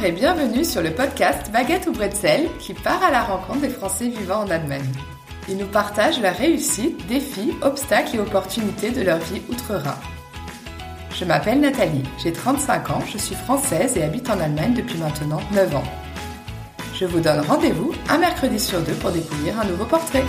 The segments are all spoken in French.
et bienvenue sur le podcast Baguette ou Bretzel qui part à la rencontre des Français vivant en Allemagne. Ils nous partagent leurs réussites, défis, obstacles et opportunités de leur vie outre-Rhin. Je m'appelle Nathalie, j'ai 35 ans, je suis française et habite en Allemagne depuis maintenant 9 ans. Je vous donne rendez-vous un mercredi sur deux pour découvrir un nouveau portrait.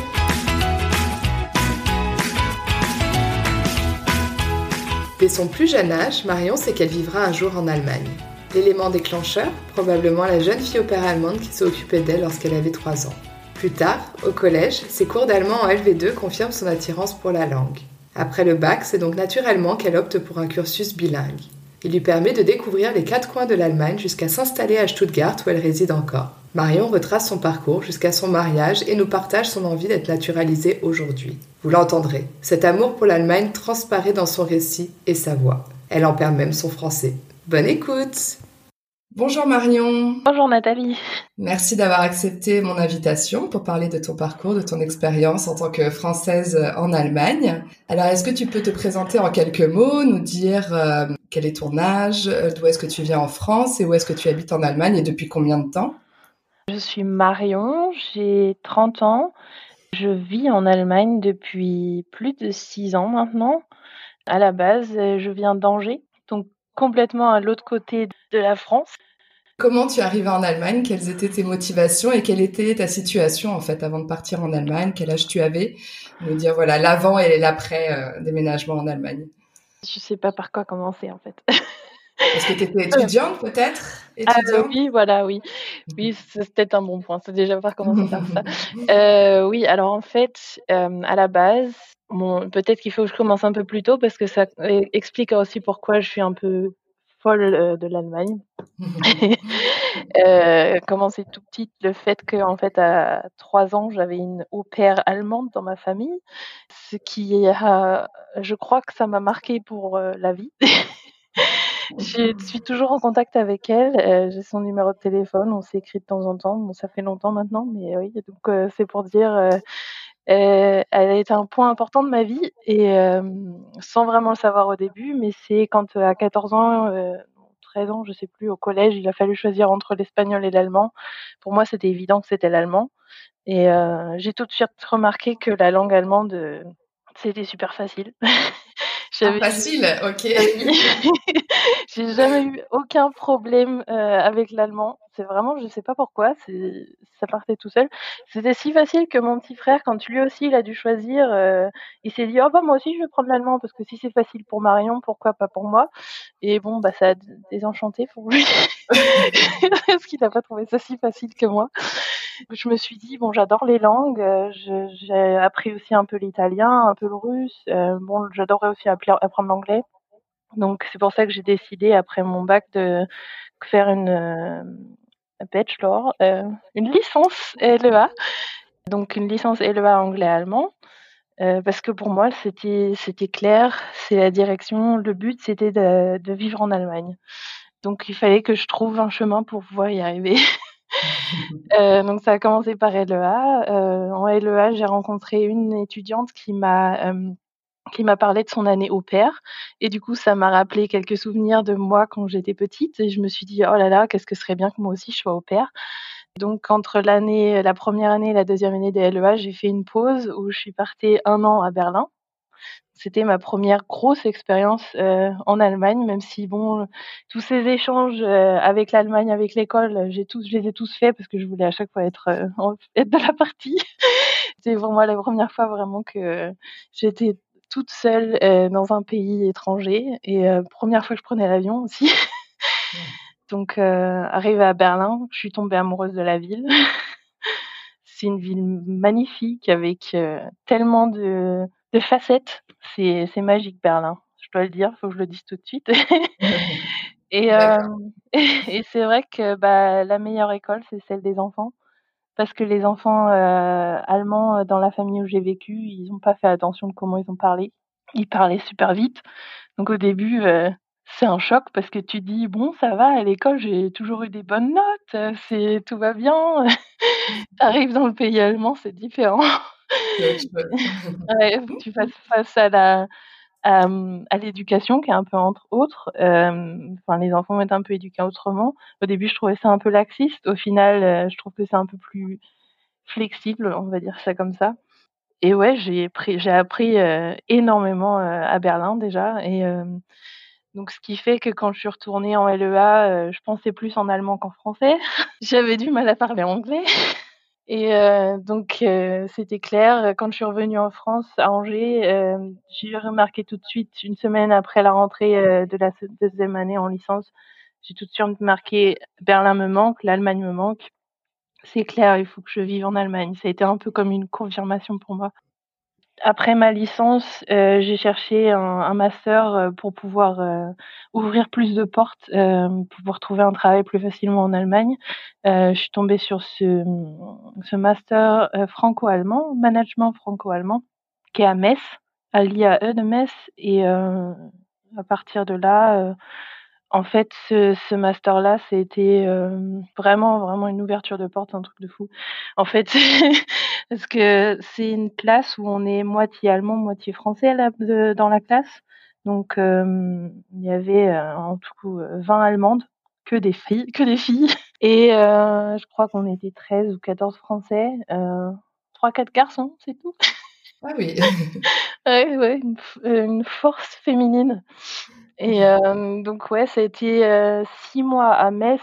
Dès son plus jeune âge, Marion sait qu'elle vivra un jour en Allemagne. L'élément déclencheur, probablement la jeune fille au père allemande qui s'est occupée d'elle lorsqu'elle avait 3 ans. Plus tard, au collège, ses cours d'allemand en LV2 confirment son attirance pour la langue. Après le bac, c'est donc naturellement qu'elle opte pour un cursus bilingue. Il lui permet de découvrir les 4 coins de l'Allemagne jusqu'à s'installer à Stuttgart où elle réside encore. Marion retrace son parcours jusqu'à son mariage et nous partage son envie d'être naturalisée aujourd'hui. Vous l'entendrez, cet amour pour l'Allemagne transparaît dans son récit et sa voix. Elle en perd même son français. Bonne écoute! Bonjour Marion. Bonjour Nathalie. Merci d'avoir accepté mon invitation pour parler de ton parcours, de ton expérience en tant que Française en Allemagne. Alors, est-ce que tu peux te présenter en quelques mots, nous dire quel est ton âge, d'où est-ce que tu viens en France et où est-ce que tu habites en Allemagne et depuis combien de temps? Je suis Marion, j'ai 30 ans. Je vis en Allemagne depuis plus de 6 ans maintenant. À la base, je viens d'Angers, donc complètement à l'autre côté de la France. Comment tu es arrivée en Allemagne? Quelles étaient tes motivations et quelle était ta situation en fait avant de partir en Allemagne? Quel âge tu avais? Nous dire voilà l'avant et l'après déménagement en Allemagne. Je sais pas par quoi commencer en fait. Est-ce que tu étais étudiante peut-être? Oui, voilà, oui. Oui, c'est peut-être un bon point. C'est déjà pas commencer par ça. Oui, alors en fait, à la base, peut-être qu'il faut que je commence un peu plus tôt parce que ça explique aussi pourquoi je suis un peu folle de l'Allemagne. Comment c'est tout petite, le fait qu'en fait à 3 ans, j'avais une au-pair allemande dans ma famille, ce qui a je crois que ça m'a marquée pour, la vie. Je suis toujours en contact avec elle, j'ai son numéro de téléphone, on s'écrit de temps en temps. Bon, ça fait longtemps maintenant, mais oui, donc c'est pour dire, elle a été un point important de ma vie et sans vraiment le savoir au début, mais c'est quand, à 14 ans, 13 ans, je sais plus, au collège, il a fallu choisir entre l'espagnol et l'allemand. Pour moi, c'était évident que c'était l'allemand et j'ai tout de suite remarqué que la langue allemande, c'était super facile. Facile, ok. J'ai jamais eu aucun problème, avec l'allemand. C'est vraiment, je sais pas pourquoi, ça partait tout seul. C'était si facile que mon petit frère, quand lui aussi il a dû choisir, il s'est dit: «Oh bah, moi aussi je vais prendre l'allemand parce que si c'est facile pour Marion, pourquoi pas pour moi?» et bon, bah, ça a désenchanté pour lui parce qu'il a pas trouvé ça si facile que moi. Je me suis dit: «Bon, j'adore les langues, j'ai appris aussi un peu l'italien, un peu le russe, bon, j'adorerais aussi apprendre l'anglais». Donc c'est pour ça que j'ai décidé après mon bac de faire bachelor, une licence LEA, donc une licence LEA anglais-allemand, parce que pour moi c'était clair, c'est la direction, le but c'était de vivre en Allemagne. Donc il fallait que je trouve un chemin pour pouvoir y arriver. Donc ça a commencé par LEA, en LEA, j'ai rencontré une étudiante qui m'a parlé de son année au pair et du coup, ça m'a rappelé quelques souvenirs de moi quand j'étais petite et je me suis dit: «Oh là là, qu'est-ce que ce serait bien que moi aussi je sois au pair». Donc entre la première année et la deuxième année des LEA, j'ai fait une pause où je suis partie 1 an à Berlin. C'était ma première grosse expérience, en Allemagne, même si bon, tous ces échanges, avec l'Allemagne, avec l'école, je les ai tous faits parce que je voulais à chaque fois être de la partie. C'était pour moi la première fois vraiment que j'étais toute seule, dans un pays étranger et 1re fois que je prenais l'avion aussi. Donc arrivée à Berlin, je suis tombée amoureuse de la ville. C'est une ville magnifique avec, tellement de facettes. C'est magique Berlin, je dois le dire, faut que je le dise tout de suite. Et et c'est vrai que, bah, la meilleure école, c'est celle des enfants. Parce que les enfants, allemands, dans la famille où j'ai vécu, ils ont pas fait attention de comment ils ont parlé. Ils parlaient super vite. Donc au début, c'est un choc parce que tu dis: «Bon, ça va, à l'école, j'ai toujours eu des bonnes notes, tout va bien». Tu dans le pays allemand, c'est différent. C'est autre chose. Ouais, faut que tu fasses face à à l'éducation qui est un peu entre autres. Enfin, les enfants vont être un peu éduqués autrement. Au début, je trouvais ça un peu laxiste. Au final, je trouve que c'est un peu plus flexible, on va dire ça comme ça. Et ouais, j'ai appris énormément à Berlin déjà. Et donc, ce qui fait que quand je suis retournée en LEA, je pensais plus en allemand qu'en français. J'avais du mal à parler anglais. Et donc c'était clair. Quand je suis revenue en France, à Angers, j'ai remarqué tout de suite, une semaine après la rentrée de la deuxième année en licence, j'ai tout de suite remarqué Berlin me manque, l'Allemagne me manque. C'est clair, il faut que je vive en Allemagne. Ça a été un peu comme une confirmation pour moi. Après ma licence, j'ai cherché un master, pour pouvoir, ouvrir plus de portes, pour pouvoir trouver un travail plus facilement en Allemagne. Je suis tombée sur ce master, franco-allemand, management franco-allemand, qui est à Metz, à l'IAE de Metz. Et à partir de là, en fait, ce master-là, c'était, vraiment, vraiment une ouverture de porte, un truc de fou. En fait, parce que c'est une classe où on est moitié allemand, moitié français dans la classe. Donc, il y avait, en tout, 20 Allemandes, que des filles. Et je crois qu'on était 13 ou 14 Français, 3-4 garçons, c'est tout. Ah oui. Ouais, ouais, une force féminine. Et donc ouais, ça a été 6 mois à Metz,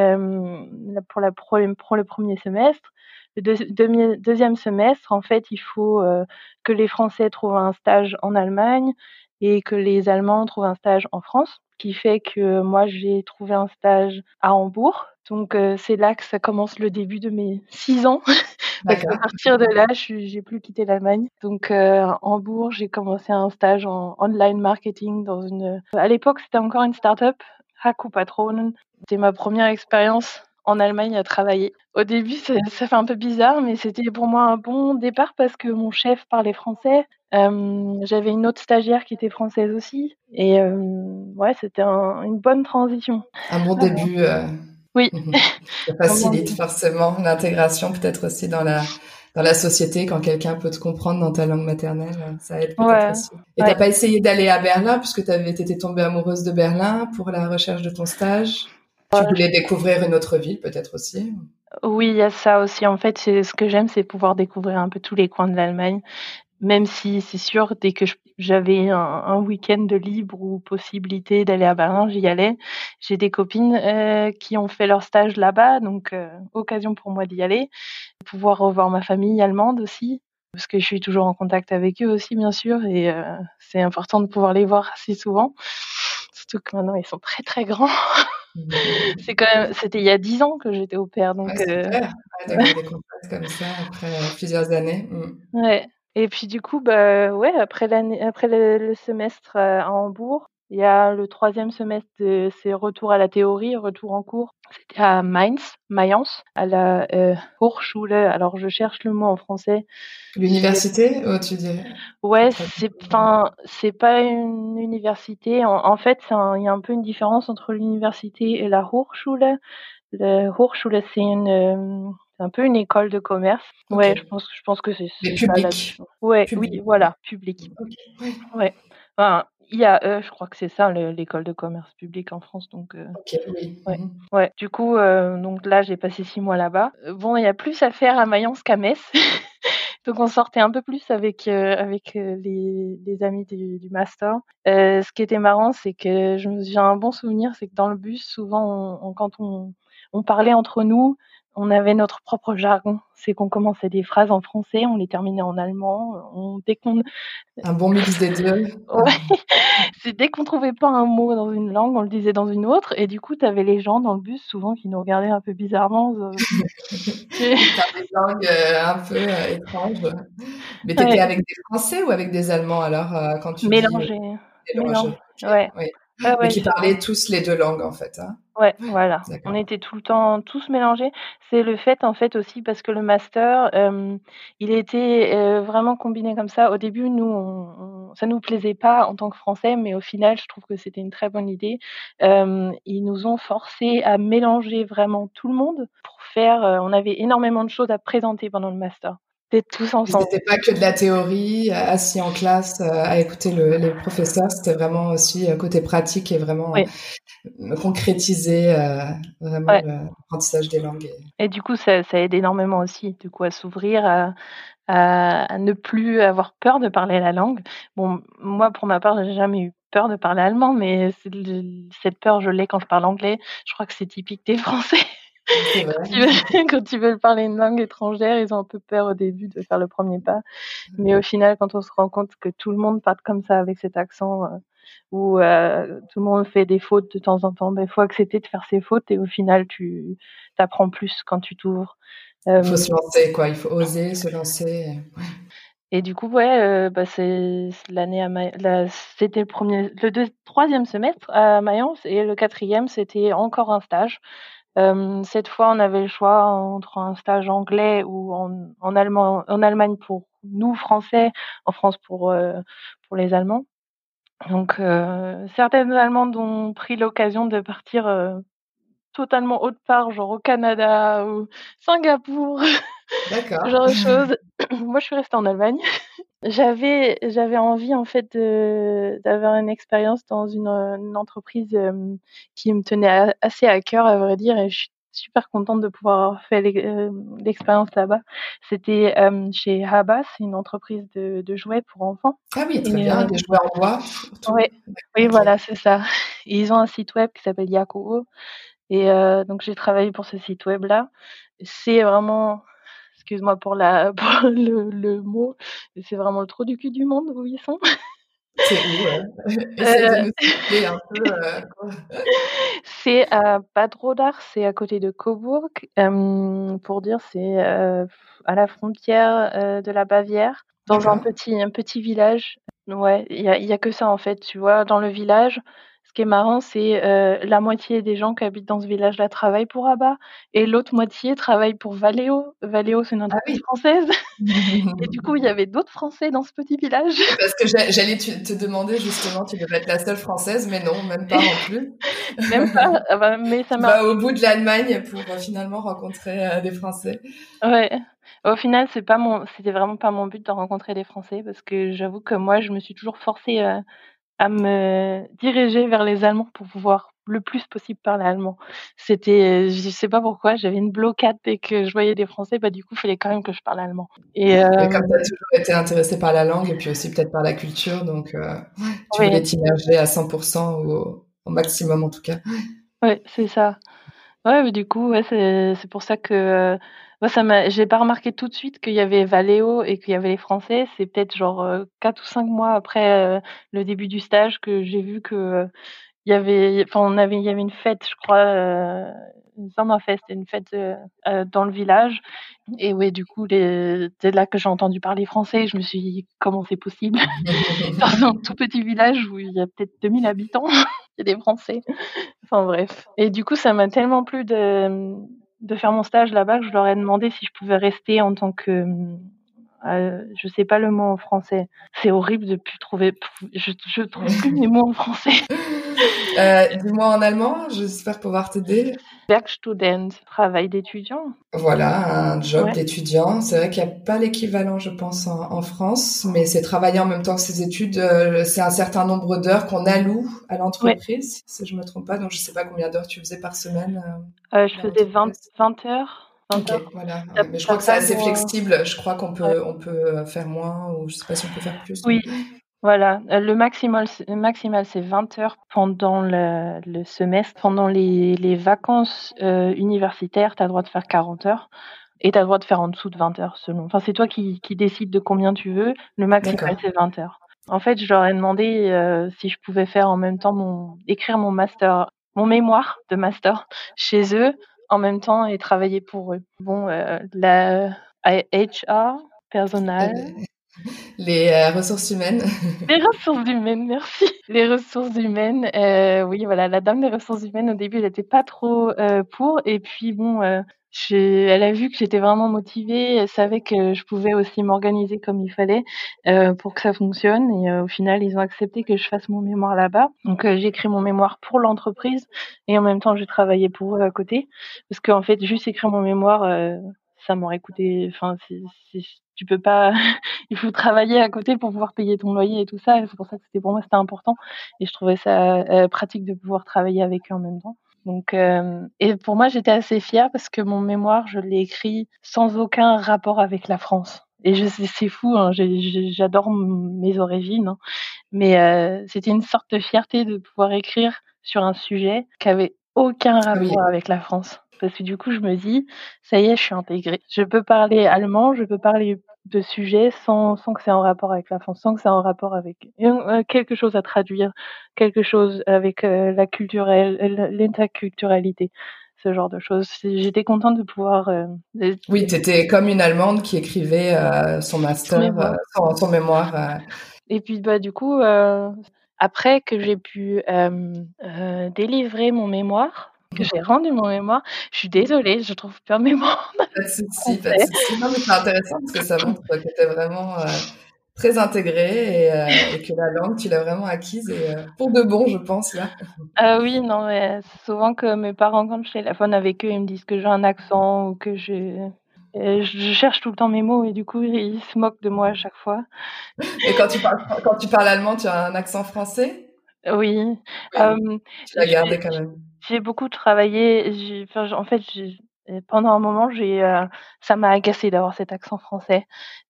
pour le premier semestre. Le deuxième semestre, en fait, il faut que les Français trouvent un stage en Allemagne et que les Allemands trouvent un stage en France, qui fait que moi, j'ai trouvé un stage à Hambourg. Donc c'est là que ça commence le début de mes 6 ans. Parce qu'à D'accord. partir de là, j'ai plus quitté l'Allemagne. Donc à Hambourg, j'ai commencé un stage en online marketing dans à l'époque, c'était encore une start-up, Haku-Patronen. C'était ma première expérience en Allemagne à travailler. Au début, ça fait un peu bizarre, mais c'était pour moi un bon départ parce que mon chef parlait français. J'avais une autre stagiaire qui était française aussi. Et ouais, c'était une bonne transition. Un bon début. Oui, Ça un bon facilite début. forcément l'intégration, peut-être aussi dans la société, quand quelqu'un peut te comprendre dans ta langue maternelle, ça aide peut-être Ouais, aussi. Et t'as ouais. pas essayé d'aller à Berlin, puisque t'étais tombée amoureuse de Berlin pour la recherche de ton stage? Tu voulais découvrir une autre ville, peut-être aussi? Oui, il y a ça aussi. En fait, ce que j'aime, c'est pouvoir découvrir un peu tous les coins de l'Allemagne, même si c'est sûr, dès que j'avais un week-end de libre ou possibilité d'aller à Berlin, j'y allais. J'ai des copines qui ont fait leur stage là-bas, donc occasion pour moi d'y aller. Pouvoir revoir ma famille allemande aussi, parce que je suis toujours en contact avec eux aussi, bien sûr, et c'est important de pouvoir les voir assez souvent. Surtout que maintenant, ils sont très, très grands. C'était il y a 10 ans que j'étais au pair, Ouais, donc super, ouais, de garder contact comme ça après plusieurs années. Mm. ouais. Et puis du coup, bah, ouais, après le semestre, à Hambourg, il y a le troisième semestre c'est retour à la théorie, retour en cours. C'était à Mayence, à la, Hochschule, alors je cherche le mot en français. J'ai L'université, oh, tu dirais? Tu Ouais, traduis. c'est pas une université. En fait, il y a un peu une différence entre l'université et la Hochschule. La Hochschule, c'est un peu une école de commerce. Ok. Ouais, je pense que Mais c'est ça la public. différence. Ouais, oui, Public. voilà, public. Ok. Ouais. Ouais. Enfin, IAE, je crois que c'est ça, l'école de commerce public en France, donc Ok, oui. ouais. Mhm. Ouais. Du coup, donc là, j'ai passé 6 mois là-bas. Bon, il y a plus à faire à Mayence qu'à Metz. Donc on sortait un peu plus avec les amis du master. Ce qui était marrant, c'est que j'ai un bon souvenir, c'est que dans le bus, souvent, quand on parlait entre nous, on avait notre propre jargon. C'est qu'on commençait des phrases en français, on les terminait en allemand. Dès qu'on Un bon mix des deux. ouais, c'est dès qu'on trouvait pas un mot dans une langue, on le disait dans une autre. Et du coup, tu avais les gens dans le bus souvent qui nous regardaient un peu bizarrement. Qui parlent des langues un peu étranges. Mais tu étais Ouais, avec des Français ou avec des Allemands alors quand tu dis mélangé, mélange? mélange. Ok, Ouais, oui. ouais, Mais ouais, qui c'est ça. parlaient tous les deux langues en fait, hein? Ouais, voilà. On D'accord. était tout le temps tous mélangés. C'est le fait, en fait, aussi parce que le master, il était, vraiment combiné comme ça. Au début, nous, ça nous plaisait pas en tant que Français, mais au final, je trouve que c'était une très bonne idée. Ils nous ont forcés à mélanger vraiment tout le monde pour faire, on avait énormément de choses à présenter pendant le master. d'être tous Et ensemble. c'était pas que de la théorie, assis en classe, à écouter les professeurs, c'était vraiment aussi côté pratique et vraiment Ouais, concrétiser vraiment ouais. l'apprentissage des langues. Et du coup, ça aide énormément aussi, du coup, à s'ouvrir, à ne plus avoir peur de parler la langue. Bon, moi, pour ma part, j'ai jamais eu peur de parler allemand, mais cette peur, je l'ai quand je parle anglais. Je crois que c'est typique des Français. C'est vrai. Quand ils veulent parler une langue étrangère, ils ont un peu peur au début de faire le premier pas. Mais au final, quand on se rend compte que tout le monde parle comme ça avec cet accent, où, tout le monde fait des fautes de temps en temps, il faut accepter de faire ses fautes et au final, tu apprends plus quand tu t'ouvres. Il faut Hem se lancer, quoi. Il faut oser se lancer. Et du coup, ouais, c'est l'année à c'était le 3e semestre à Mayence et le 4e, c'était encore un stage. Cette fois, on avait le choix entre un stage anglais ou en Allemagne pour nous Français, en France pour les Allemands. Donc certaines Allemandes ont pris l'occasion de partir, totalement autre part, genre au Canada ou Singapour, ce D'accord. genre de choses. Moi, je suis restée en Allemagne. J'avais envie en fait d'avoir une expérience dans une entreprise, qui me tenait assez à cœur à vrai dire et je suis super contente de pouvoir avoir fait l'expérience là-bas. C'était, chez Habas, c'est une entreprise de jouets pour enfants Ah oui, très et bien. Des jouets en bois, surtout. ouais, oui Ok. voilà, c'est ça. Et ils ont un site web qui s'appelle Yakuo et donc j'ai travaillé pour ce site web-là. C'est vraiment excuse-moi pour la pour le mot, mais c'est vraiment le trou du cul du monde où ils sont. C'est où? Essaie de Heu, nous citer un peu. Quoi. c'est à Bad Rodar, c'est à côté de Cobourg. Pour dire, c'est, à la frontière, de la Bavière, dans D'accord. un petit village. Ouais, il y a que ça, en fait, tu vois? Dans le village, ce qui est marrant, c'est, la moitié des gens qui habitent dans ce village-là travaillent pour ABBA et l'autre moitié travaille pour Valeo. Valeo, c'est une Ah entreprise oui. française et du coup, il y avait d'autres Français dans ce petit village. Parce que j'allais te demander justement, tu devais être la seule française, mais non, même pas en plus. Même pas, ah bah, mais ça Tu m'a vas au bout de l'Allemagne pour finalement rencontrer des Français. ouais. Au final, c'était vraiment pas mon but de rencontrer des Français parce que j'avoue que moi, je me suis toujours forcée, à me diriger vers les Allemands pour pouvoir le plus possible parler allemand. Je sais pas pourquoi, j'avais une blocade dès que je voyais des Français, bah, du coup, il fallait quand même que je parle allemand et Mais comme tu as toujours été intéressée par la langue et puis aussi peut-être par la culture, donc tu ouais, voulais t'immerger à 100% ou au maximum en tout cas. ouais, c'est ça. Ouais, mais du coup, ouais, c'est pour ça que, moi j'ai pas remarqué tout de suite qu'il y avait Valeo et qu'il y avait les Français. C'est peut-être genre, 4 ou 5 mois après, le début du stage que j'ai vu que, il y avait une fête, je crois, une Sommerfest, une fête, dans le village et ouais, du coup, c'est là que j'ai entendu parler français. Je me suis dit: «Comment c'est possible?» Dans un tout petit village où il y a peut-être 2 000 habitants, il y a des Français. Enfin bref et du coup, ça m'a tellement plu de faire mon stage là-bas que je leur ai demandé si je pouvais rester en tant que, je sais pas le mot en français. C'est horrible de plus trouver je trouve plus mes mots en français. Dis-moi en allemand, j'espère pouvoir t'aider. Werkstudent, travail d'étudiant. Voilà, un job Ouais, d'étudiant. C'est vrai qu'il n'y a pas l'équivalent, je pense, en France, mais c'est travailler en même temps que ses études. C'est un certain nombre d'heures qu'on alloue à ouais, l'entreprise, si je me trompe pas. Donc, je sais pas combien d'heures tu faisais par semaine je dans faisais l'entreprise. 20 heures, 20 Ok, heures. voilà. Tu Ouais, mais je as crois que c'est pas assez moins flexible. Je crois ouais. on peut faire moins, ou je sais pas si on peut faire plus. Oui, voilà, le maximal, c'est 20 heures pendant le semestre. Pendant les vacances, universitaires, tu as le droit de faire 40 heures et tu as le droit de faire en dessous de 20 heures selon enfin, c'est toi qui décides de combien tu veux. Le maximal, D'accord. c'est 20 heures. En fait, je leur ai demandé, si je pouvais faire en même temps écrire mon mémoire de master chez eux, en même temps et travailler pour eux. Bon, la HR, Euh, personnel. Les ressources humaines. Les ressources humaines, merci. Les ressources humaines, oui, voilà, la dame des ressources humaines, au début, elle était pas trop, pour et puis bon, elle a vu que j'étais vraiment motivée, elle savait que je pouvais aussi m'organiser comme il fallait, pour que ça fonctionne et au final, ils ont accepté que je fasse mon mémoire là-bas. Donc j'ai écrit mon mémoire pour l'entreprise et en même temps, j'ai travaillé pour eux à côté. Parce qu'en fait, juste écrire mon mémoire, ça m'aurait coûté enfin, c'est tu peux pas, il faut travailler à côté pour pouvoir payer ton loyer et tout ça. Et c'est pour ça que pour moi, c'était important. Et je trouvais ça pratique de pouvoir travailler avec eux en même temps. Donc, et pour moi, j'étais assez fière parce que mon mémoire, je l'ai écrit sans aucun rapport avec la France. Et c'est fou, hein, j'adore mes origines, hein, mais c'était une sorte de fierté de pouvoir écrire sur un sujet qui avait aucun Oui. rapport avec la France. Parce que du coup, je me dis, ça y est, je suis intégrée. Je peux parler allemand, je peux parler de sujets sans que c'est en rapport avec la France, sans que c'est en rapport avec quelque chose à traduire, quelque chose avec la l'interculturalité, ce genre de choses. J'étais contente de pouvoir Oui, t'étais comme une Allemande qui écrivait son son master, mémoire. son mémoire. Et puis bah du coup, après que j'ai pu délivrer mon mémoire, que j'ai rendu mon mémoire, je suis désolée, je trouve pas mes mots en Pas de souci, pas de français. souci. Non, mais c'est intéressant parce que ça montre que tu étais vraiment très intégrée et que la langue, tu l'as vraiment acquise et pour de bon, je pense, là. Ah oui, non, mais c'est souvent que mes parents, quand je téléphone avec eux, ils me disent que j'ai un accent ou que je cherche tout le temps mes mots et du coup, ils se moquent de moi à chaque fois. Et quand tu parles allemand, tu as un accent français? Oui, Oui, tu l'as j'ai gardé quand même. j'ai beaucoup travaillé. En fait, pendant un moment, ça m'a agacée d'avoir cet accent français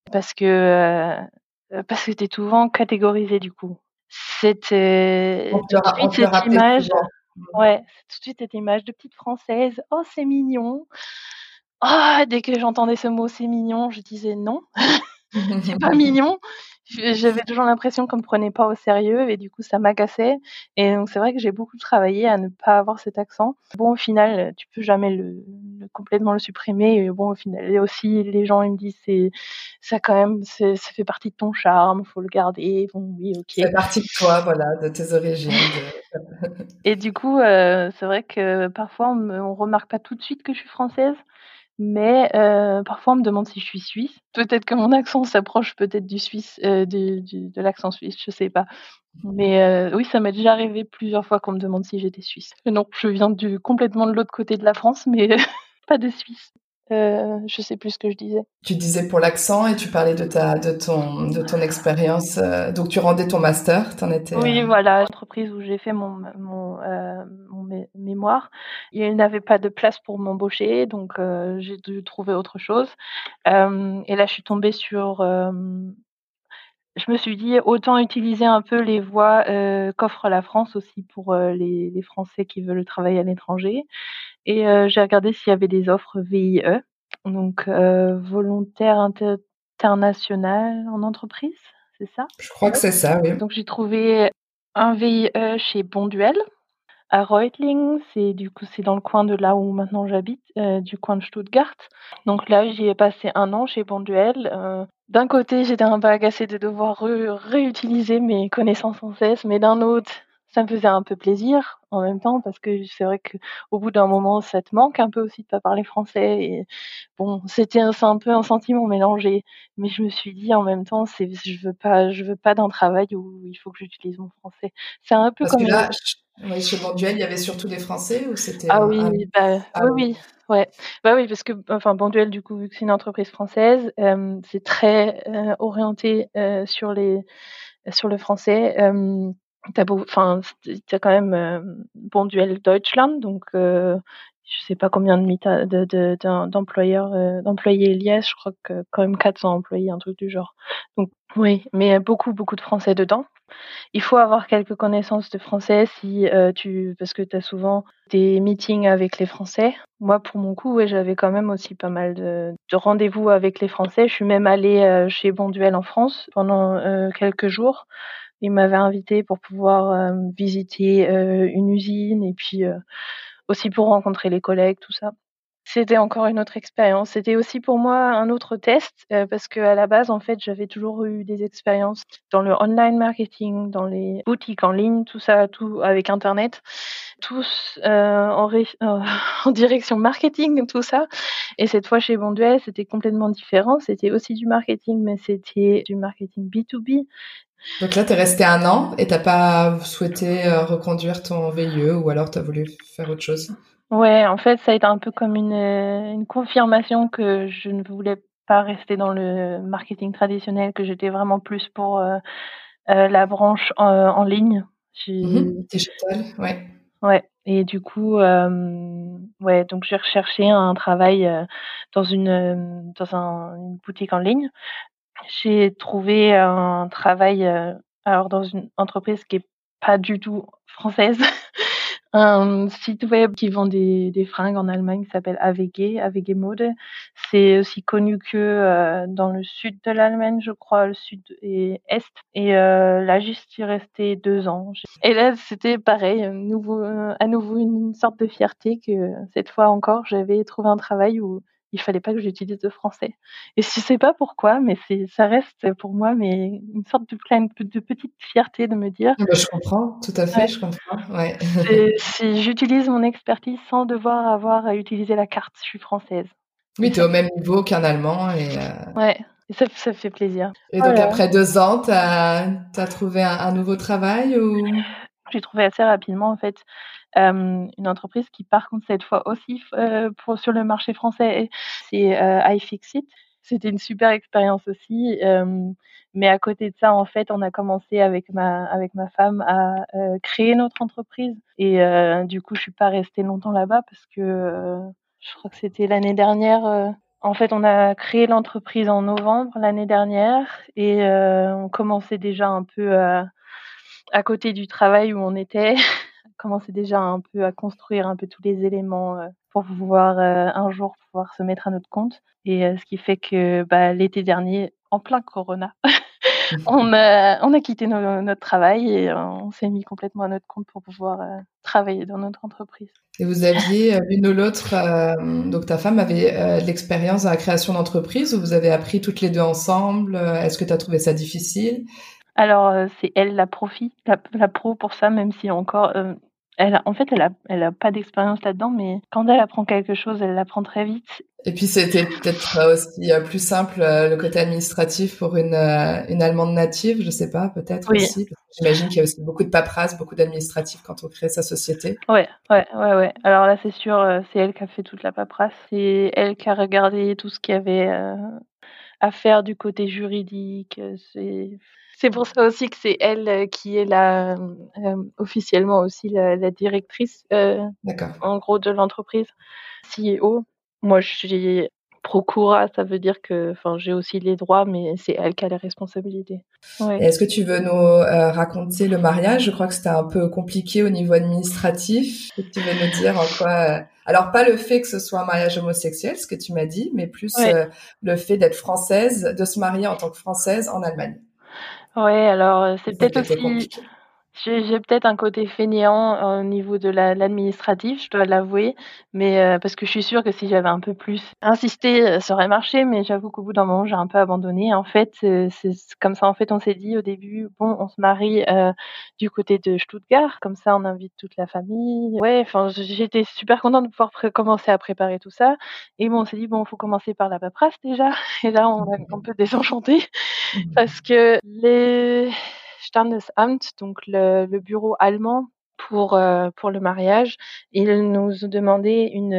parce que tu es souvent catégorisé du coup. Tout de On suite te le cette rappelait image, souvent. ouais, tout de suite cette image de petite française. «Oh, c'est mignon». Ah, dès que j'entendais ce mot «c'est mignon», je disais: «Non». C'est pas mignon. J'avais toujours l'impression qu'on me prenait pas au sérieux et du coup ça m'agaçait et donc c'est vrai que j'ai beaucoup travaillé à ne pas avoir cet accent. Bon au final, tu peux jamais complètement le supprimer et bon au final et aussi les gens ils me disent: «C'est ça quand même, ça fait partie de ton charme, faut le garder». Bon oui, OK. Ça fait partie de toi, voilà, de tes origines. Et du coup, c'est vrai que parfois on remarque pas tout de suite que je suis française. Mais parfois on me demande si je suis suisse. Peut-être que mon accent s'approche peut-être du suisse, de l'accent suisse, je sais pas. Mais oui, ça m'est déjà arrivé plusieurs fois qu'on me demande si j'étais suisse. Non, je viens complètement de l'autre côté de la France, mais pas de Suisse. Je sais plus ce que je disais. Tu disais pour l'accent et tu parlais de ton expérience. Donc tu rendais ton master, t'en étais. Oui, voilà, l'entreprise où j'ai fait mon mémoire, il n'avait pas de place pour m'embaucher, donc j'ai dû trouver autre chose. Et là, je suis tombée sur, je me suis dit: «Autant utiliser un peu les voies, qu'offre la France aussi pour, les Français qui veulent travailler à l'étranger» et j'ai regardé s'il y avait des offres VIE, donc volontaire international en entreprise, c'est ça? Je crois que Ouais. c'est ça, oui. Donc j'ai trouvé un VIE chez Bonduelle à Reutlingen, c'est dans le coin de là où maintenant j'habite, du coin de Stuttgart. Donc là, j'y ai passé 1 an chez Bonduelle. D'un côté, j'étais un peu agacée de devoir réutiliser mes connaissances françaises, mais d'un autre, ça me faisait un peu plaisir en même temps parce que c'est vrai qu'au bout d'un moment, ça te manque un peu aussi de pas parler français et bon, c'est un peu un sentiment mélangé. Mais je me suis dit en même temps, je veux pas d'un travail où il faut que j'utilise mon français. C'est un peu Parce que comme là, oui, chez Bonduel, il y avait surtout des Français ou c'était ah oui, bah, Ah oui, oui. oui, ouais. Bah, oui, parce que enfin Bonduelle du coup, vu que c'est une entreprise française, c'est très, orienté, sur le français. Tu as quand même, Bonduelle Deutschland, donc je sais pas combien d'employés il y a, je crois que quand même 400 employés, un truc du genre. Donc oui, mais beaucoup, beaucoup de Français dedans. Il faut avoir quelques connaissances de français si, parce que tu as souvent des meetings avec les Français. Moi, pour mon coup, ouais, j'avais quand même aussi pas mal de rendez-vous avec les Français. Je suis même allée, chez Bonduelle en France pendant, quelques jours. Ils m'avaient invitée pour pouvoir, visiter, une usine et puis, aussi pour rencontrer les collègues, tout ça. C'était encore une autre expérience. C'était aussi pour moi un autre test, parce qu'à la base, en fait, j'avais toujours eu des expériences dans le online marketing, dans les boutiques en ligne, tout ça, tout avec internet, tous, en direction marketing, tout ça et cette fois chez Bonduelle, c'était complètement différent. C'était aussi du marketing, mais c'était du marketing B2B. Donc là, tu es resté 1 an et t'as pas souhaité reconduire ton VIE ou alors tu as voulu faire autre chose? Ouais, en fait, ça a été un peu comme une confirmation que je ne voulais pas rester dans le marketing traditionnel, que j'étais vraiment plus pour la branche en ligne. Digital, ouais. Ouais, et du coup, ouais, donc j'ai recherché un travail dans une boutique en ligne. J'ai trouvé un travail, alors dans une entreprise qui est pas du tout française, un site web qui vend des fringues en Allemagne qui s'appelle AWG, AWG Mode. C'est aussi connu que, dans le sud de l'Allemagne, je crois, le sud et est, et là, j'y suis restée 2 ans. Et là, c'était pareil, à nouveau une sorte de fierté que cette fois encore, j'avais trouvé un travail où il fallait pas que j'utilise le français. Et je sais pas pourquoi, mais ça reste pour moi mais une sorte de petite fierté de me dire: Bah, je comprends, tout à fait, «Ouais, je comprends, ouais. si j'utilise mon expertise sans devoir avoir à utiliser la carte, je suis française». Et Oui, tu es ça, au même niveau qu'un Allemand ouais, et ça fait plaisir. et donc Voilà. après 2 ans, tu as trouvé un nouveau travail ou? J'ai trouvé assez rapidement en fait, une entreprise qui par contre cette fois aussi pour sur le marché français, c'est, iFixit. C'était une super expérience aussi, mais à côté de ça, en fait, on a commencé avec ma femme à, créer notre entreprise, et du coup, je suis pas restée longtemps là-bas parce que, je crois que c'était l'année dernière, en fait, on a créé l'entreprise en novembre l'année dernière, et on commençait déjà un peu à côté du travail où on était, commençait déjà un peu à construire un peu tous les éléments, pour pouvoir, un jour pouvoir se mettre à notre compte, et ce qui fait que, bah, l'été dernier, en plein corona, on a quitté notre travail et on s'est mis complètement à notre compte pour pouvoir, travailler dans notre entreprise. Et vous aviez l'une ou l'autre, donc ta femme avait de l'expérience dans la création d'entreprise ou vous avez appris toutes les deux ensemble? Est-ce que tu as trouvé ça difficile? Alors, c'est elle la pro pour ça, même si encore, elle a pas d'expérience là-dedans, mais quand elle apprend quelque chose, elle l'apprend très vite. Et puis c'était peut-être aussi plus simple le côté administratif pour une Allemande native, je sais pas, peut-être Oui. aussi. Parce que j'imagine qu'il y a aussi beaucoup de paperasse, beaucoup d'administratif quand on crée sa société. Ouais, ouais, ouais, ouais. Alors là, c'est sûr, c'est elle qui a fait toute la paperasse. C'est elle qui a regardé tout ce qu'il y avait, à faire du côté juridique, c'est pour ça aussi que c'est elle, qui est la, officiellement aussi la directrice, D'accord. en gros de l'entreprise, CEO. Moi, je suis procura, ça veut dire que enfin, j'ai aussi les droits, mais c'est elle qui a les responsabilités. Et Ouais. est-ce que tu veux nous raconter le mariage? Je crois que c'était un peu compliqué au niveau administratif. Est-ce que tu veux nous dire en quoi alors pas le fait que ce soit un mariage homosexuel, ce que tu m'as dit, mais plus Ouais. le fait d'être française, de se marier en tant que française en Allemagne. Ouais, alors, c'est C'est ça peut-être qui était aussi compliqué. j'ai peut-être un côté fainéant au niveau de l'administratif, je dois l'avouer, mais parce que je suis sûre que si j'avais un peu plus insisté, ça aurait marché, mais j'avoue qu'au bout d'un moment, j'ai un peu abandonné. En fait, c'est comme ça, en fait, on s'est dit au début: «Bon, on se marie, du côté de Stuttgart, comme ça on invite toute la famille». Ouais, enfin, j'étais super contente de pouvoir commencer à préparer tout ça, et bon, on s'est dit: «Bon, faut commencer par la paperasse déjà», et là, on a un peu désenchanté parce que les Standesamt, donc le bureau allemand pour le mariage, ils nous ont demandé une,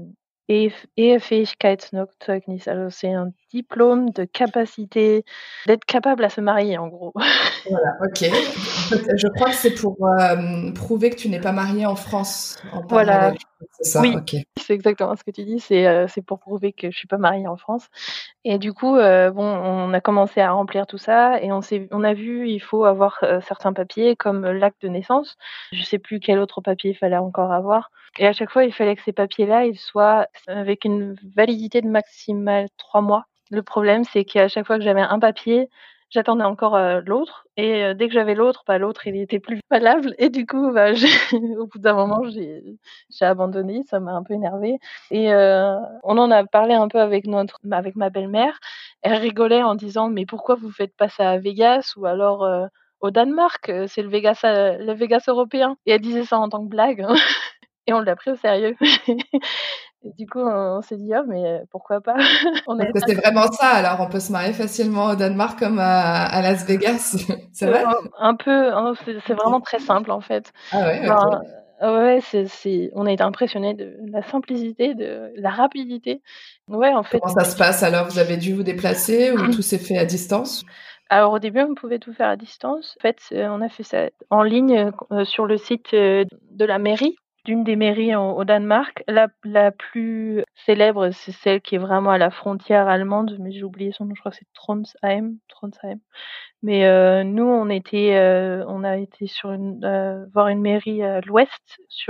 Ehefähigkeitszeugnis, also c'est un diplôme de capacité d'être capable à se marier en gros. Voilà, OK. En fait, je crois que c'est pour prouver que tu n'es pas mariée en France en Voilà, parallèle. C'est ça, oui, OK. c'est exactement ce que tu dis, c'est pour prouver que je suis pas mariée en France. Et du coup, bon, on a commencé à remplir tout ça et on a vu, il faut avoir, certains papiers comme l'acte de naissance. Je sais plus quel autre papier il fallait encore avoir, et à chaque fois, il fallait que ces papiers-là, ils soient avec une validité de maximal 3 mois. Le problème, c'est qu'à chaque fois que j'avais un papier, j'attendais encore, l'autre, et dès que j'avais l'autre, bah, l'autre, il était plus valable, et du coup, bah, j'ai au bout d'un moment, j'ai abandonné, ça m'a un peu énervée, et on en a parlé un peu avec ma belle-mère. Elle rigolait en disant: «Mais pourquoi vous faites pas ça à Vegas ou alors, au Danemark? C'est le Vegas européen», et elle disait ça en tant que blague, hein, et on l'a pris au sérieux. Et du coup, on s'est dit: «Ah mais pourquoi pas?» On Parce avait que c'est vraiment ça, alors on peut se marier facilement au Danemark comme à Las Vegas. C'est vrai? un peu, hein, c'est OK. vraiment très simple en fait. Ah ouais, Ben, OK. Ouais, on a été impressionnés de la simplicité, de la rapidité. Ouais, en fait, Comment ça se passe alors? Vous avez dû vous déplacer ou tout s'est fait à distance? alors au début, on pouvait tout faire à distance. En fait, on a fait ça en ligne, sur le site, de la mairie, d'une des mairies au Danemark. La plus célèbre, c'est celle qui est vraiment à la frontière allemande, mais j'ai oublié son nom, je crois que c'est Trondheim. Mais nous, on a été voir une mairie à l'ouest,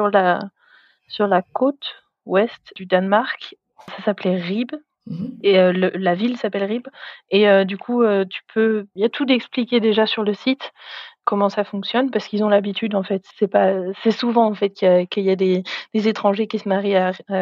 sur la côte ouest du Danemark. Ça s'appelait Ribe. Mmh. Et la ville s'appelle Ribe et du coup, il y a tout d'expliqué déjà sur le site, comment ça fonctionne parce qu'ils ont l'habitude en fait. C'est souvent en fait qu'il y a des étrangers qui se marient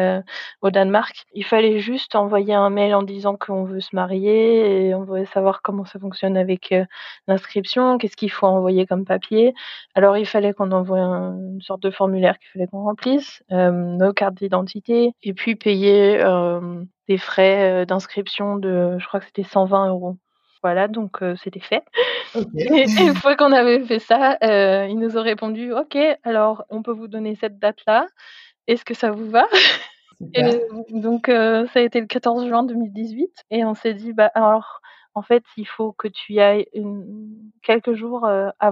au Danemark. Il fallait juste envoyer un mail en disant qu'on veut se marier et on veut savoir comment ça fonctionne avec, l'inscription, qu'est-ce qu'il faut envoyer comme papier. Alors il fallait qu'on envoie une sorte de formulaire qu'il fallait qu'on remplisse, nos cartes d'identité et puis payer, des frais, d'inscription je crois que c'était 120 €. Voilà donc c'était fait. OK, Et une fois qu'on avait fait ça, ils nous ont répondu: «OK, alors on peut vous donner cette date-là. Est-ce que ça vous va?» Et super. donc ça a été le 14 juin 2018 et on s'est dit: «Bah, alors, en fait, il faut que tu y ailles quelques jours,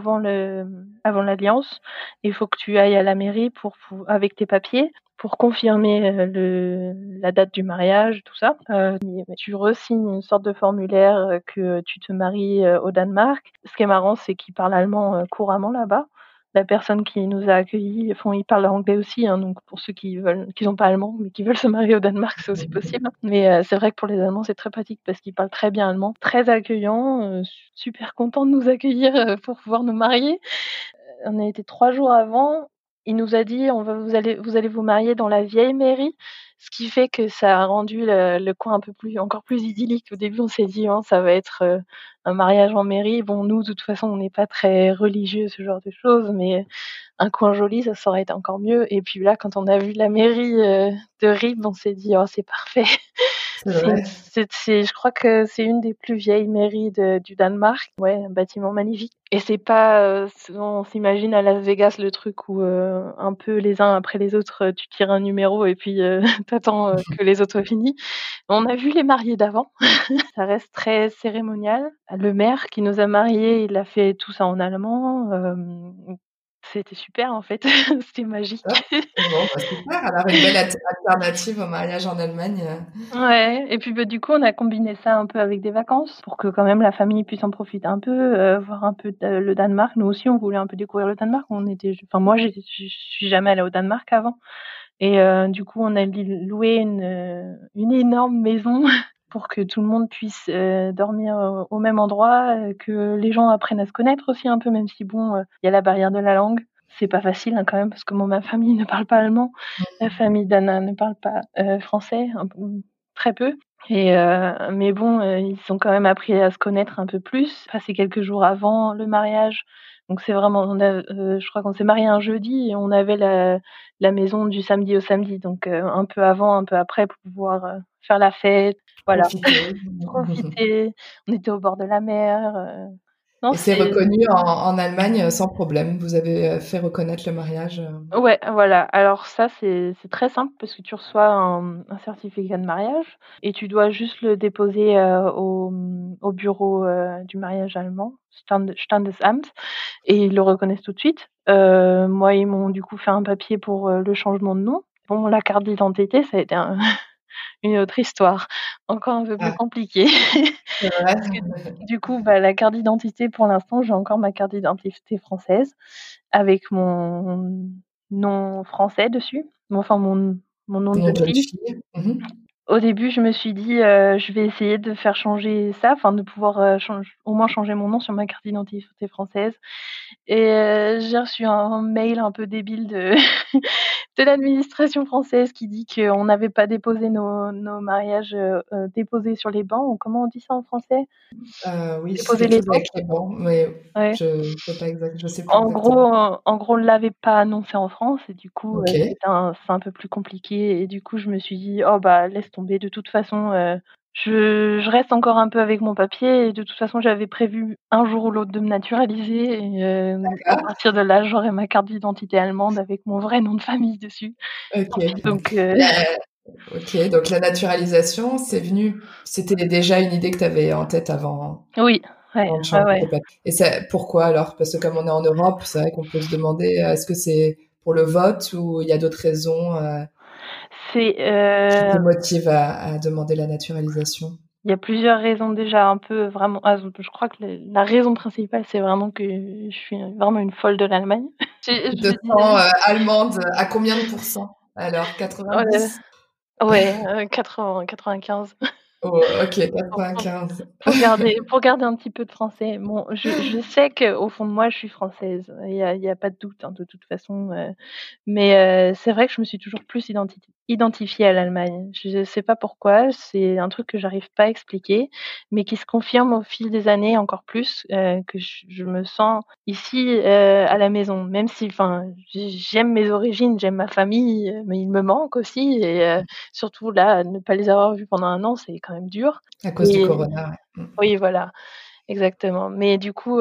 avant l'alliance. Il faut que tu ailles à la mairie avec tes papiers pour confirmer, la date du mariage, tout ça. Tu re-signes une sorte de formulaire, que tu te maries, au Danemark». Ce qui est marrant, c'est qu'ils parlent allemand, couramment là-bas. La personne qui nous a accueillis, enfin, ils parlent anglais aussi, hein, donc pour ceux qui sont pas allemands, mais qui veulent se marier au Danemark, c'est aussi possible. Mais c'est vrai que pour les Allemands, c'est très pratique parce qu'ils parlent très bien allemand, très accueillants, super contents de nous accueillir, pour pouvoir nous marier. On a été 3 jours avant. Il nous a dit: Vous allez vous marier dans la vieille mairie», ce qui fait que ça a rendu le coin encore plus idyllique. Au début, on s'est dit: «Oh, ça va être, un mariage en mairie». Bon, nous, de toute façon, on n'est pas très religieux, ce genre de choses, mais un coin joli, ça aurait été encore mieux. Et puis là, quand on a vu la mairie, de Ribe, on s'est dit: «Oh, c'est parfait». C'est vrai. Je crois que c'est une des plus vieilles mairies du Danemark. Ouais, un bâtiment magnifique et c'est pas, on s'imagine à Las Vegas le truc où, un peu les uns après les autres, tu tires un numéro et puis, tu attends, que les autres soient finis. On a vu les mariés d'avant, ça reste très cérémonial. Le maire qui nous a mariés, il a fait tout ça en allemand, c'était super en fait, c'était magique. Top. Bon, bah, super, alors une belle alternative au mariage en Allemagne, Ouais et puis, bah, du coup, on a combiné ça un peu avec des vacances pour que quand même la famille puisse en profiter un peu, voir un peu le Danemark. Nous aussi, on voulait un peu découvrir le Danemark. Moi, je suis jamais allée au Danemark avant et du coup, on a loué une énorme maison pour que tout le monde puisse, dormir au même endroit, que les gens apprennent à se connaître aussi un peu, même si bon, il y a la barrière de la langue. C'est pas facile, hein, quand même parce que moi, ma famille ne parle pas allemand. La famille d'Anna ne parle pas, français, un peu très peu et mais bon, ils ont quand même appris à se connaître un peu plus, passé quelques jours avant le mariage. Donc c'est vraiment je crois qu'on s'est mariés un jeudi et on avait la maison du samedi au samedi, donc un peu avant, un peu après pour pouvoir, faire la fête, voilà, profiter. profiter. On était au bord de la mer, non, Et c'est c'est reconnu en Allemagne, sans problème? Vous avez, fait reconnaître le mariage, Ouais, voilà. Alors ça, c'est très simple parce que tu reçois un certificat de mariage et tu dois juste le déposer, au bureau, du mariage allemand, Standesamt, et ils le reconnaissent tout de suite. Moi, ils m'ont du coup fait un papier pour, le changement de nom. Bon, la carte d'identité, ça a été une autre histoire, encore un peu plus Ah, compliquée. c'est vrai? Parce que du coup, bah, la carte d'identité pour l'instant, j'ai encore ma carte d'identité française avec mon nom français dessus, mon nom de Nom jeune de jeune fille. fille. Mmh mh. Au début, je me suis dit, «Je vais essayer de faire changer ça, enfin de pouvoir, au moins changer mon nom sur ma carte d'identité française». Et j'ai reçu un mail un peu débile de de l'administration française qui dit qu'on n'avait pas déposé nos mariages, déposés sur les bancs, ou comment on dit ça en français? Oui, c'est Déposer quelque les chose bancs? avec les bancs, mais Ouais. je sais plus exactement. En gros, on l'avait pas annoncé en France et du coup, OK. c'est un peu plus compliqué et du coup, je me suis dit: «Oh bah, laisse tomber de toute façon, Je reste encore un peu avec mon papier et de toute façon, j'avais prévu un jour ou l'autre de me naturaliser et à D'accord. partir de là, j'aurai ma carte d'identité allemande avec mon vrai nom de famille dessus. OK. Donc La OK, donc la naturalisation, c'était déjà une idée que tu avais en tête oui, ouais, avant de ouais, changer ouais. tes papiers. Et pourquoi alors? Parce que comme on est en Europe, c'est vrai qu'on peut se demander, est-ce que c'est pour le vote ou il y a d'autres raisons, C'est, qui te motivent à demander la naturalisation? il y a plusieurs raisons déjà un peu vraiment je crois que la raison principale, c'est vraiment que je suis vraiment une folle de l'Allemagne. Tu te Je sens, allemande à combien de pourcents alors? ouais, 90? ouais, 95. Oh, OK, Pour pour 95. pour garder un petit peu de français. Bon, je sais qu'au fond de moi, je suis française. Il y a pas de doute, hein, de toute façon, mais c'est vrai que je me suis toujours plus identifiée à l'Allemagne. Je sais pas pourquoi, c'est un truc que j'arrive pas à expliquer, mais qui se confirme au fil des années encore plus, que je me sens ici, à la maison. Même si enfin, j'aime mes origines, j'aime ma famille, mais il me manque aussi et surtout là, ne pas les avoir vus pendant 1 an, c'est quand même dur À cause du et corona, ouais. Mmh. oui, voilà. Exactement. Mais du coup,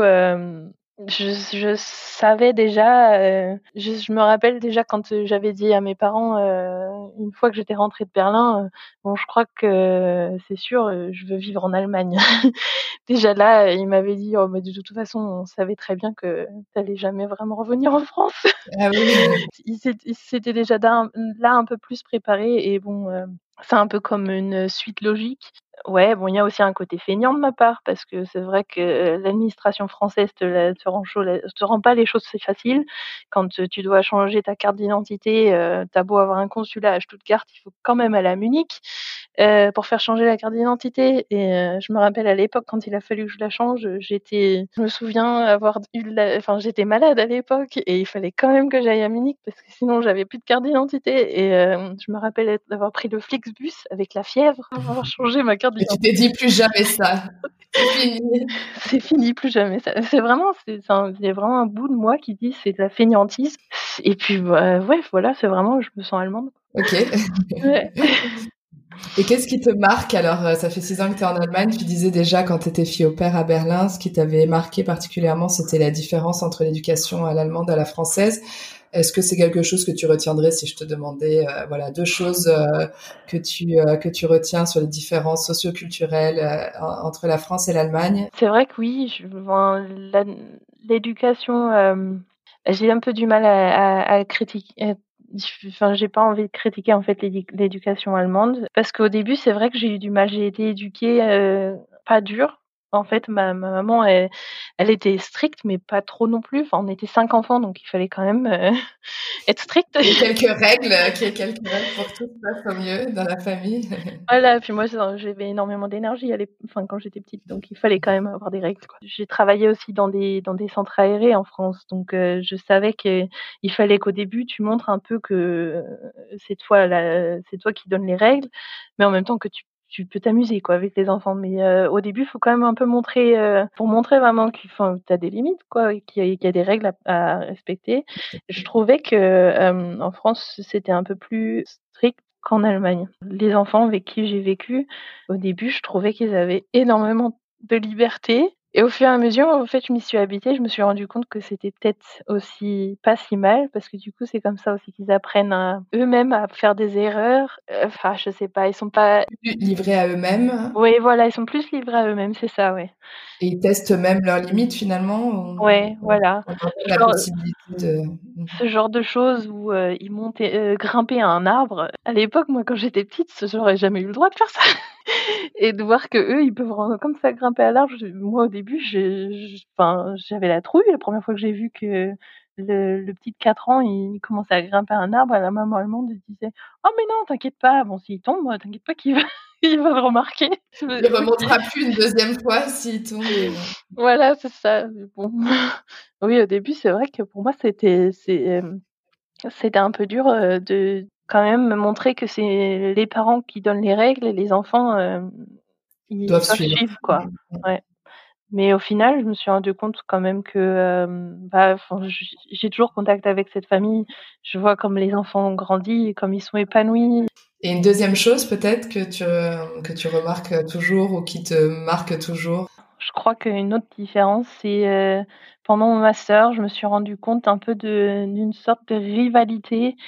je savais déjà, je me rappelle déjà quand, j'avais dit à mes parents, une fois que j'étais rentrée de Berlin, «Bon, je crois que c'est sûr, je veux vivre en Allemagne». Déjà là, ils m'avaient dit: «Oh, mais de toute façon, on savait très bien que tu allais jamais vraiment revenir en France». Ah oui. Ils s'étaient déjà là un peu plus préparés et bon, c'est un peu comme une suite logique. Ouais, bon, il y a aussi un côté feignant de ma part parce que c'est vrai que, l'administration française te rend pas les choses si faciles. Quand, tu dois changer ta carte d'identité, tu as beau avoir un consulat à Stuttgart, il faut quand même aller à Munich, pour faire changer la carte d'identité et je me rappelle à l'époque quand il a fallu que je la change, je me souviens avoir eu j'étais malade à l'époque et il fallait quand même que j'aille à Munich parce que sinon j'avais plus de carte d'identité et je me rappelle d'avoir pris le Flixbus avec la fièvre pour avoir changé ma carte Et tu t'es d'identité. dit: «Plus jamais ça, c'est fini». C'est fini, plus jamais ça. C'est vraiment il y a vraiment un bout de moi qui dit: «C'est de la fainéantise» et puis, bah, ouais, voilà, c'est vraiment je me sens allemande. OK. Ouais. Et qu'est-ce qui te marque alors, ça fait 6 ans que tu es en Allemagne, tu disais déjà quand tu étais fille au pair à Berlin, ce qui t'avait marqué particulièrement, c'était la différence entre l'éducation à l'allemande, à la française. Est-ce que c'est quelque chose que tu retiendrais si je te demandais, voilà, 2 choses, que tu retiens sur les différences socioculturelles, entre la France et l'Allemagne? C'est vrai que oui, l'éducation, j'ai un peu du mal à critiquer, j'ai pas envie de critiquer, en fait, l'éducation allemande parce qu'au début, c'est vrai que j'ai eu du mal. J'ai été éduquée, pas dur. En fait, ma maman, elle était stricte, mais pas trop non plus. Enfin, on était 5 enfants, donc il fallait quand même, être strict. Qu'il y ait quelques règles pour que tout se passe au mieux dans la famille. Voilà, puis moi, j'avais énormément d'énergie quand j'étais petite, donc il fallait quand même avoir des règles, quoi. J'ai travaillé aussi dans des centres aérés en France, donc je savais qu'il fallait qu'au début, tu montres un peu que, c'est toi qui donnes les règles, mais en même temps que tu peux t'amuser, quoi, avec les enfants. Mais au début, il faut quand même un peu montrer, pour montrer vraiment que tu as des limites, quoi, et qu'il y a des règles à respecter. Je trouvais que, en France, c'était un peu plus strict qu'en Allemagne. Les enfants avec qui j'ai vécu, au début, je trouvais qu'ils avaient énormément de liberté et au fur et à mesure, en fait, je m'y suis habituée, je me suis rendu compte que c'était peut-être aussi pas si mal parce que du coup, c'est comme ça aussi qu'ils apprennent à eux-mêmes à faire des erreurs. Enfin, je sais pas, ils sont pas Livrés à eux-mêmes. oui, voilà, ils sont plus livrés à eux-mêmes, c'est ça, ouais. Et ils testent même leurs limites finalement? Ouais, voilà. On leur donne la Genre possibilité de ce genre de choses où, ils montaient, grimpaient à un arbre. À l'époque, moi, quand j'étais petite, j'aurais jamais eu le droit de faire ça et de voir qu'eux, ils peuvent comme ça grimper à l'arbre, moi, au début, j'avais la trouille la première fois que j'ai vu que le petit de 4 ans, il commençait à grimper à un arbre. La maman allemande, elle disait: «Oh mais non, t'inquiète pas, bon s'il tombe, t'inquiète pas qu'il va il va le remarquer». Je me il OK. remontera plus une deuxième fois s'il tombe et Voilà, c'est ça, mais bon. Oui, au début, c'est vrai que pour moi, c'était un peu dur, de quand même me montrer que c'est les parents qui donnent les règles et les enfants, ils doivent doivent suivre. suivre, quoi. Ouais. Mais au final, je me suis rendu compte quand même que j'ai toujours contact avec cette famille. Je vois comme les enfants ont grandi, comme ils sont épanouis. Et une deuxième chose peut-être que tu remarques toujours ou qui te marque toujours? Je crois qu'une autre différence, c'est pendant mon master, je me suis rendu compte un peu d'une sorte de rivalité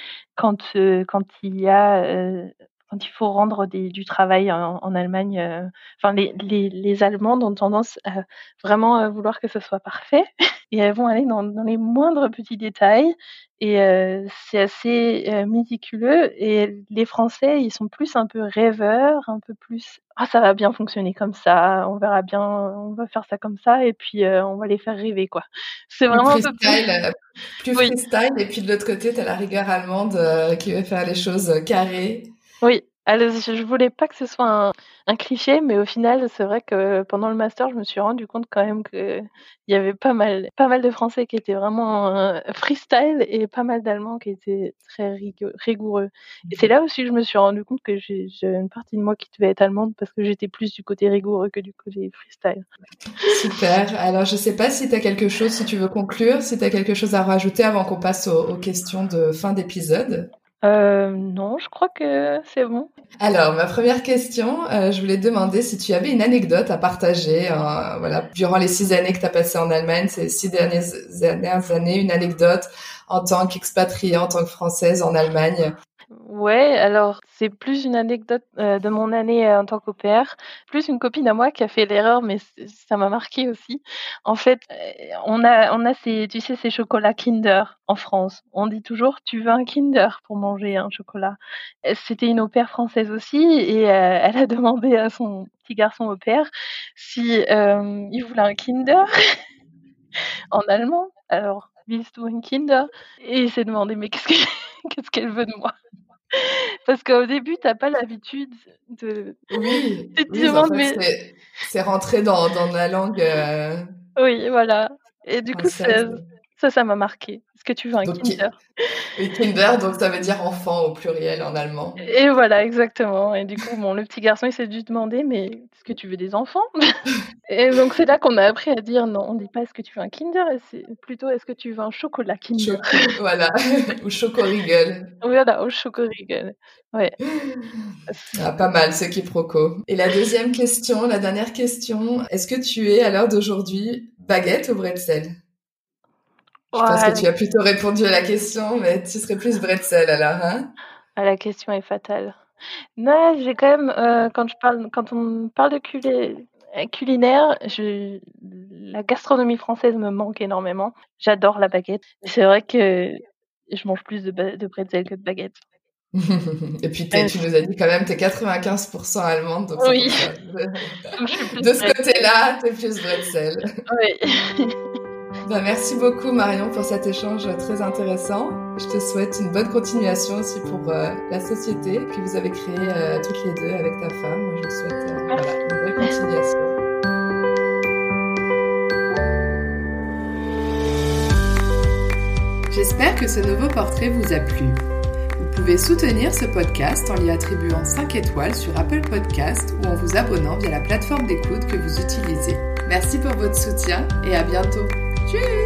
quand il faut rendre du travail en Allemagne. Enfin, les Allemandes ont tendance à vraiment vouloir que ce soit parfait et elles vont aller dans les moindres petits détails et c'est assez méticuleux et les Français, ils sont plus un peu rêveurs, un peu plus: «Ah ça va bien fonctionner comme ça, on verra bien, on va faire ça comme ça et puis on va les faire rêver quoi». C'est Plus vraiment un peu plus freestyle, plus oui, freestyle et puis de l'autre côté, tu as la rigueur allemande, qui veut faire les choses carrées. oui. Alors je voulais pas que ce soit un cliché, mais au final, c'est vrai que pendant le master, je me suis rendu compte quand même qu'il y avait pas mal de Français qui étaient vraiment freestyle et pas mal d'Allemands qui étaient très rigoureux. Et c'est là aussi que je me suis rendu compte que j'avais une partie de moi qui devait être allemande parce que j'étais plus du côté rigoureux que du côté freestyle. Super. Alors, je sais pas si tu as quelque chose, si tu veux conclure, si tu as quelque chose à rajouter avant qu'on passe aux questions de fin d'épisode. Non, je crois que c'est bon. Alors, ma première question, je voulais te demander si tu avais une anecdote à partager, voilà, durant les 6 années que tu as passées en Allemagne, ces 6 dernières années, une anecdote en tant qu'expatriée, en tant que Française en Allemagne. Ouais, alors c'est plus une anecdote, de mon année, en tant qu'au pair, plus une copine à moi qui a fait l'erreur, mais ça m'a marquée aussi. En fait, on a ces tu sais, ces chocolats Kinder en France. On dit toujours: «Tu veux un Kinder?» pour manger un chocolat. C'était une au pair française aussi et elle a demandé à son petit garçon au pair si, il voulait un Kinder en allemand. Alors: «Willst du ein Kinder?» et il s'est demandé: «Mais qu'est-ce que qu'est-ce qu'elle veut de moi?» Parce qu'au début, tu as pas l'habitude de Oui, tu te oui, en demandes fait, mais c'est rentré dans la langue oui, voilà et du coup, française. ça m'a marqué. «Est-ce que tu veux un Donc, Kinder?» oui, Kinder, donc ça veut dire enfant au pluriel en allemand. Et voilà, exactement et du coup, bon, le petit garçon, il s'est dû demander: «Mais est-ce que tu veux des enfants?» Et donc c'est là qu'on a appris à dire: «Non, on dit pas: "Est-ce que tu veux un Kinder?» et c'est plutôt: «Est-ce que tu veux un chocolat Kinder?» Voilà, ou Schokoriegel. Voilà, au Schokoriegel. Ouais, Ah, pas mal ce quiproquo. Et la deuxième question, la dernière question, est-ce que tu es à l'heure d'aujourd'hui baguette ou bretzel? Je pense que ouais, tu as plutôt répondu à la question, mais tu serais plus bretzel alors, hein? la question est fatale. Non, j'ai quand même, quand on parle de culinaire, la gastronomie française me manque énormément. J'adore la baguette. C'est vrai que je mange plus de bretzel que de baguette. Et puis Même tu si nous as dit quand même, t'es 95% allemande, donc c'est pour oui, ça. donc je suis plus De ce bretzel. côté-là, t'es plus bretzel. Oui. Ben, merci beaucoup Marion pour cet échange très intéressant. Je te souhaite une bonne continuation aussi pour la société que vous avez créée toutes les deux avec ta femme. Je vous souhaite voilà, Merci. une bonne continuation. J'espère que ce nouveau portrait vous a plu. Vous pouvez soutenir ce podcast en lui attribuant 5 étoiles sur Apple Podcast ou en vous abonnant via la plateforme d'écoute que vous utilisez. Merci pour votre soutien et à bientôt. Tchuss!